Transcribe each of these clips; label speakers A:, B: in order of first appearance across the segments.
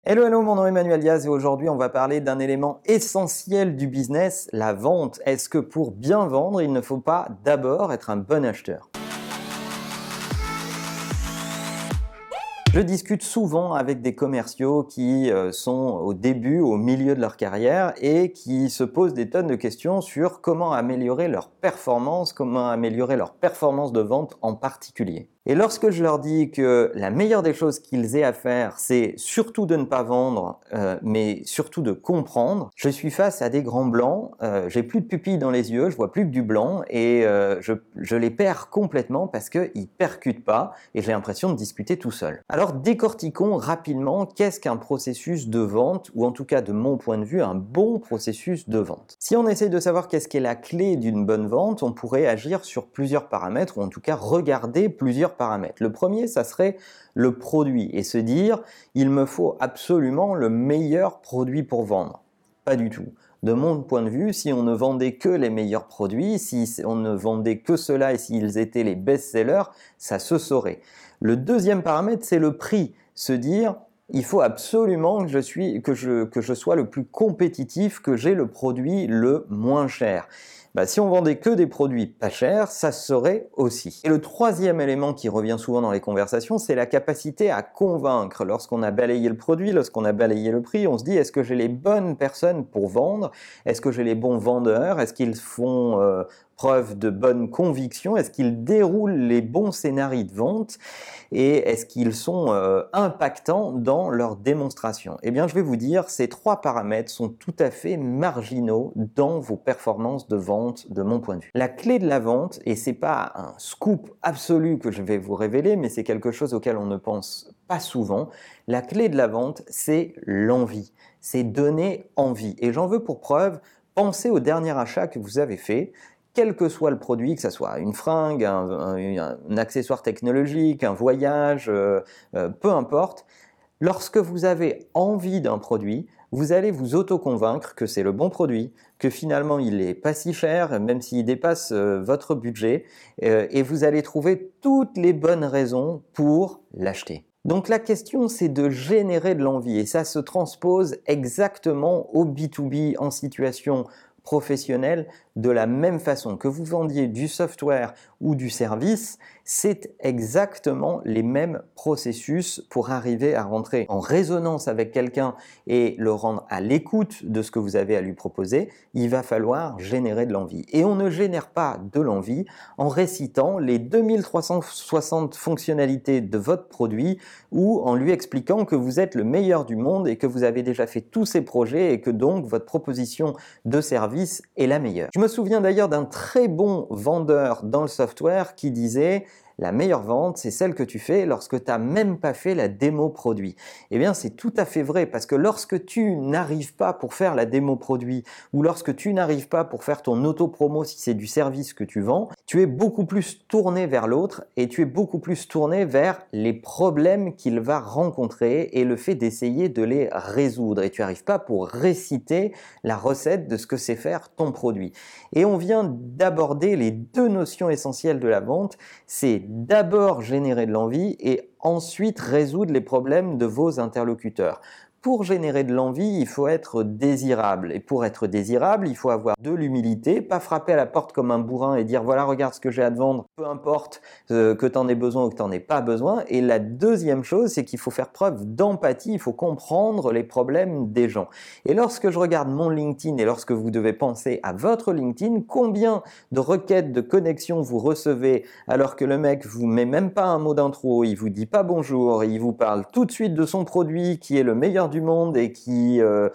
A: Hello, hello, mon nom est Emmanuel Diaz et aujourd'hui on va parler d'un élément essentiel du business, la vente. Est-ce que pour bien vendre, il ne faut pas d'abord être un bon acheteur ? Je discute souvent avec des commerciaux qui sont au début, au milieu de leur carrière et qui se posent des tonnes de questions sur comment améliorer leur performance de vente en particulier. Et lorsque je leur dis que la meilleure des choses qu'ils aient à faire, c'est surtout de ne pas vendre, mais surtout de comprendre, je suis face à des grands blancs, j'ai plus de pupilles dans les yeux, je vois plus que du blanc et je les perds complètement parce qu'ils percutent pas et j'ai l'impression de discuter tout seul. Alors décortiquons rapidement qu'est-ce qu'un processus de vente, ou en tout cas de mon point de vue, un bon processus de vente. Si on essaye de savoir qu'est-ce qu'est la clé d'une bonne vente, on pourrait agir sur plusieurs paramètres, ou en tout cas regarder plusieurs paramètres. Le premier, ça serait le produit, et se dire, il me faut absolument le meilleur produit pour vendre. Pas du tout. De mon point de vue, si on ne vendait que les meilleurs produits, si on ne vendait que cela et s'ils étaient les best-sellers, ça se saurait. Le deuxième paramètre, c'est le prix. Se dire, il faut absolument que je sois le plus compétitif, que j'ai le produit le moins cher. Si on vendait que des produits pas chers, ça se saurait aussi. Et le troisième élément qui revient souvent dans les conversations, c'est la capacité à convaincre. Lorsqu'on a balayé le produit, lorsqu'on a balayé le prix, on se dit, est-ce que j'ai les bonnes personnes pour vendre ? Est-ce que j'ai les bons vendeurs ? Est-ce qu'ils font preuve de bonne conviction? Est-ce qu'ils déroulent les bons scénarios de vente? Et est-ce qu'ils sont impactants dans leur démonstration? Eh bien, je vais vous dire, ces trois paramètres sont tout à fait marginaux dans vos performances de vente, de mon point de vue. La clé de la vente, et c'est pas un scoop absolu que je vais vous révéler, mais c'est quelque chose auquel on ne pense pas souvent, la clé de la vente, c'est l'envie. C'est donner envie. Et j'en veux pour preuve, pensez au dernier achat que vous avez fait. Quel que soit le produit, que ce soit une fringue, un accessoire technologique, un voyage, peu importe, lorsque vous avez envie d'un produit, vous allez vous auto-convaincre que c'est le bon produit, que finalement il n'est pas si cher, même s'il dépasse votre budget, et vous allez trouver toutes les bonnes raisons pour l'acheter. Donc la question, c'est de générer de l'envie, et ça se transpose exactement au B2B en situation professionnel de la même façon. Que vous vendiez du software ou du service, c'est exactement les mêmes processus pour arriver à rentrer en résonance avec quelqu'un et le rendre à l'écoute de ce que vous avez à lui proposer. Il va falloir générer de l'envie. Et on ne génère pas de l'envie en récitant les 2360 fonctionnalités de votre produit ou en lui expliquant que vous êtes le meilleur du monde et que vous avez déjà fait tous ces projets et que donc votre proposition de service est la meilleure. Je me souviens d'ailleurs d'un très bon vendeur dans le software qui disait « La meilleure vente, c'est celle que tu fais lorsque tu n'as même pas fait la démo produit. » Eh bien, c'est tout à fait vrai parce que lorsque tu n'arrives pas pour faire la démo produit ou lorsque tu n'arrives pas pour faire ton auto-promo si c'est du service que tu vends, tu es beaucoup plus tourné vers l'autre et tu es beaucoup plus tourné vers les problèmes qu'il va rencontrer et le fait d'essayer de les résoudre. Et tu n'arrives pas pour réciter la recette de ce que c'est faire ton produit. Et on vient d'aborder les deux notions essentielles de la vente, c'est d'abord générer de l'envie et ensuite résoudre les problèmes de vos interlocuteurs. Pour générer de l'envie, il faut être désirable. Et pour être désirable, il faut avoir de l'humilité, pas frapper à la porte comme un bourrin et dire « voilà, regarde ce que j'ai à te vendre, peu importe que tu en aies besoin ou que tu n'en aies pas besoin ». Et la deuxième chose, c'est qu'il faut faire preuve d'empathie, il faut comprendre les problèmes des gens. Et lorsque je regarde mon LinkedIn et lorsque vous devez penser à votre LinkedIn, combien de requêtes de connexion vous recevez alors que le mec vous met même pas un mot d'intro, il vous dit pas bonjour, il vous parle tout de suite de son produit qui est le meilleur du monde et qui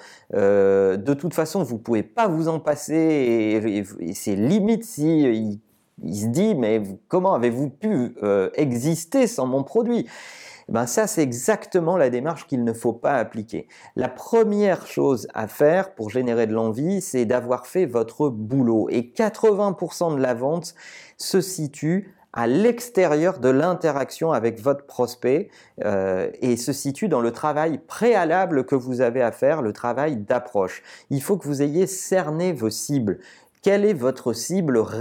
A: de toute façon vous pouvez pas vous en passer et c'est limite si il se dit mais comment avez-vous pu exister sans mon produit? Ça c'est exactement la démarche qu'il ne faut pas appliquer. La première chose à faire pour générer de l'envie, c'est d'avoir fait votre boulot et 80% de la vente se situe à l'extérieur de l'interaction avec votre prospect et se situe dans le travail préalable que vous avez à faire, le travail d'approche. Il faut que vous ayez cerné vos cibles. Quelle est votre cible réelle ?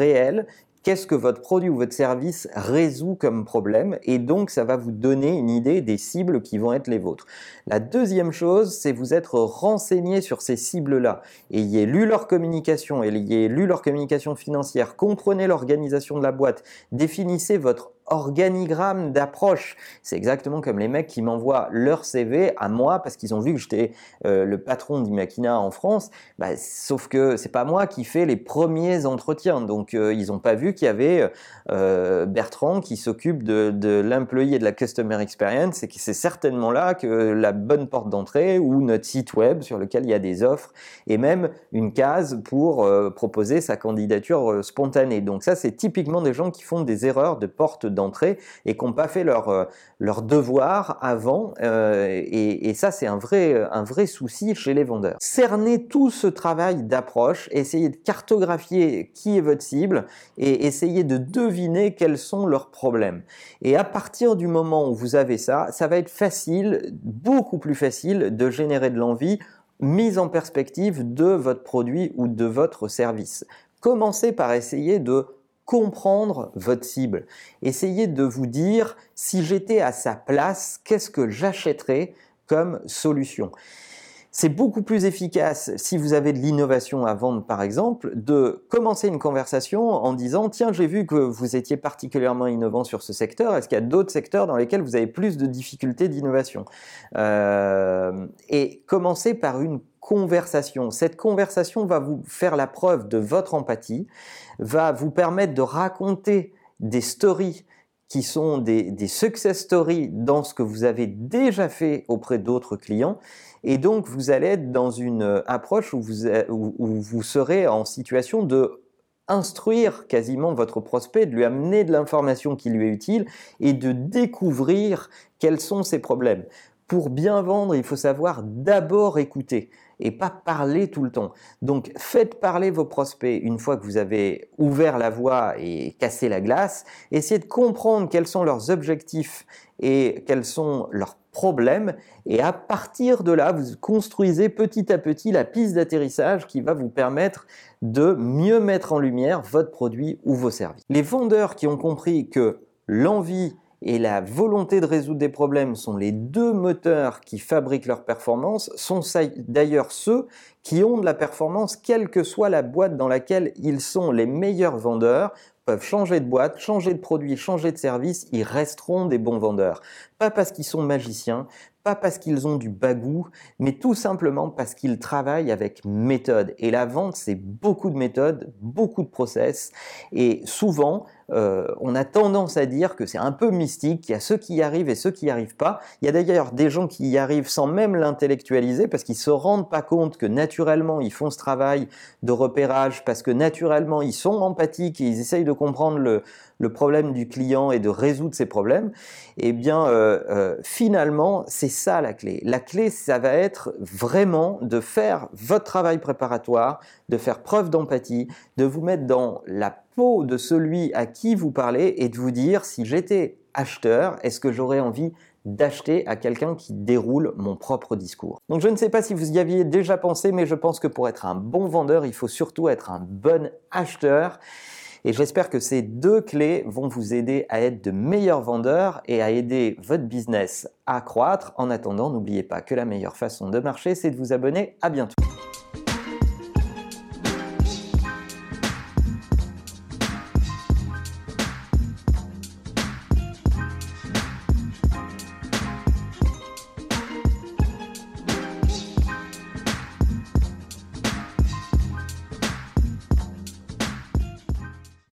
A: qu'est-ce que votre produit ou votre service résout comme problème, et donc ça va vous donner une idée des cibles qui vont être les vôtres. La deuxième chose, c'est vous être renseigné sur ces cibles-là. Ayez lu leur communication, ayez lu leur communication financière, comprenez l'organisation de la boîte, définissez votre organigramme d'approche. C'est exactement comme les mecs qui m'envoient leur CV à moi parce qu'ils ont vu que j'étais le patron d'Imakina en France. Sauf que c'est pas moi qui fais les premiers entretiens. Donc ils n'ont pas vu qu'il y avait Bertrand qui s'occupe de l'employé et de la customer experience, et que c'est certainement là que la bonne porte d'entrée, ou notre site web sur lequel il y a des offres et même une case pour proposer sa candidature spontanée. Donc ça, c'est typiquement des gens qui font des erreurs de porte d'entrée et qui n'ont pas fait leur devoir avant, et ça, c'est un vrai souci chez les vendeurs. Cernez tout ce travail d'approche, essayez de cartographier qui est votre cible et essayez de deviner quels sont leurs problèmes. Et à partir du moment où vous avez ça, ça va être facile, beaucoup plus facile de générer de l'envie mise en perspective de votre produit ou de votre service. Commencez par essayer de comprendre votre cible. Essayez de vous dire, si j'étais à sa place, qu'est-ce que j'achèterais comme solution? C'est beaucoup plus efficace, si vous avez de l'innovation à vendre par exemple, de commencer une conversation en disant « Tiens, j'ai vu que vous étiez particulièrement innovant sur ce secteur, est-ce qu'il y a d'autres secteurs dans lesquels vous avez plus de difficultés d'innovation ?» Et commencer par une conversation. Cette conversation va vous faire la preuve de votre empathie, va vous permettre de raconter des stories qui sont des success stories dans ce que vous avez déjà fait auprès d'autres clients, et donc vous allez être dans une approche où vous serez en situation de instruire quasiment votre prospect, de lui amener de l'information qui lui est utile et de découvrir quels sont ses problèmes. Pour bien vendre, il faut savoir d'abord écouter et pas parler tout le temps. Donc faites parler vos prospects une fois que vous avez ouvert la voie et cassé la glace. Essayez de comprendre quels sont leurs objectifs et quels sont leurs problèmes, et à partir de là, vous construisez petit à petit la piste d'atterrissage qui va vous permettre de mieux mettre en lumière votre produit ou vos services. Les vendeurs qui ont compris que l'envie et la volonté de résoudre des problèmes sont les deux moteurs qui fabriquent leur performance, sont d'ailleurs ceux qui ont de la performance quelle que soit la boîte dans laquelle ils sont. Les meilleurs vendeurs peuvent changer de boîte, changer de produit, changer de service, ils resteront des bons vendeurs. Pas parce qu'ils sont magiciens, pas parce qu'ils ont du bagou, mais tout simplement parce qu'ils travaillent avec méthode. Et la vente, c'est beaucoup de méthodes, beaucoup de process, et souvent, on a tendance à dire que c'est un peu mystique, qu'il y a ceux qui y arrivent et ceux qui n'y arrivent pas. Il y a d'ailleurs des gens qui y arrivent sans même l'intellectualiser parce qu'ils ne se rendent pas compte que naturellement ils font ce travail de repérage, parce que naturellement ils sont empathiques et ils essayent de comprendre le problème du client et de résoudre ses problèmes. Eh bien, finalement, c'est ça la clé. La clé, ça va être vraiment de faire votre travail préparatoire, de faire preuve d'empathie, de vous mettre dans la peau de celui à qui vous parlez et de vous dire, si j'étais acheteur, est-ce que j'aurais envie d'acheter à quelqu'un qui déroule mon propre discours? Donc je ne sais pas si vous y aviez déjà pensé, mais je pense que pour être un bon vendeur, il faut surtout être un bon acheteur. Et j'espère que ces deux clés vont vous aider à être de meilleurs vendeurs et à aider votre business à croître. En attendant, n'oubliez pas que la meilleure façon de marcher, c'est de vous abonner. À bientôt.